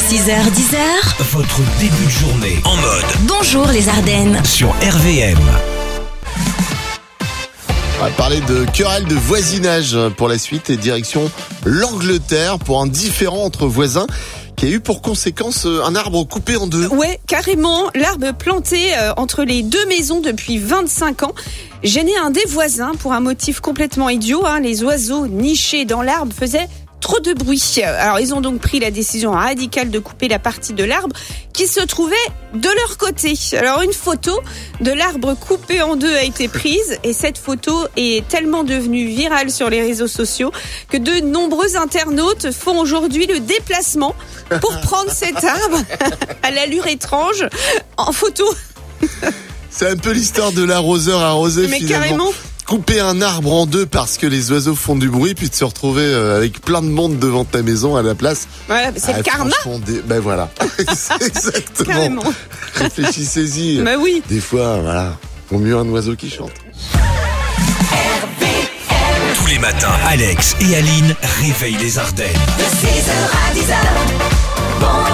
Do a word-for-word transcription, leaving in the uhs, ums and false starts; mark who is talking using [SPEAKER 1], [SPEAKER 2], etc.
[SPEAKER 1] six heures dix,
[SPEAKER 2] votre début de journée en mode
[SPEAKER 1] bonjour les Ardennes
[SPEAKER 2] sur R V M.
[SPEAKER 3] On va parler de querelle de voisinage pour la suite et direction l'Angleterre pour un différend entre voisins qui a eu pour conséquence un arbre coupé en deux.
[SPEAKER 4] Ouais, carrément, l'arbre planté euh, entre les deux maisons depuis vingt-cinq ans gênait un des voisins pour un motif complètement idiot. Hein. Les oiseaux nichés dans l'arbre faisaient trop de bruit. Alors ils ont donc pris la décision radicale de couper la partie de l'arbre qui se trouvait de leur côté. Alors une photo de l'arbre coupé en deux a été prise et cette photo est tellement devenue virale sur les réseaux sociaux que de nombreux internautes font aujourd'hui le déplacement pour prendre cet arbre à l'allure étrange en photo.
[SPEAKER 3] C'est un peu l'histoire de l'arroseur arrosé
[SPEAKER 4] Mais
[SPEAKER 3] finalement.
[SPEAKER 4] carrément.
[SPEAKER 3] Couper un arbre en deux parce que les oiseaux font du bruit, puis de se retrouver avec plein de monde devant ta maison à la place.
[SPEAKER 4] Voilà, c'est
[SPEAKER 3] ah,
[SPEAKER 4] le karma.
[SPEAKER 3] Des... Ben voilà, c'est exactement.
[SPEAKER 4] Carrément.
[SPEAKER 3] Réfléchissez-y.
[SPEAKER 4] Bah oui.
[SPEAKER 3] Des fois, voilà, vaut mieux un oiseau qui chante.
[SPEAKER 2] Tous les matins, Alex et Aline réveillent les Ardennes.
[SPEAKER 5] De six heures à dix heures, bon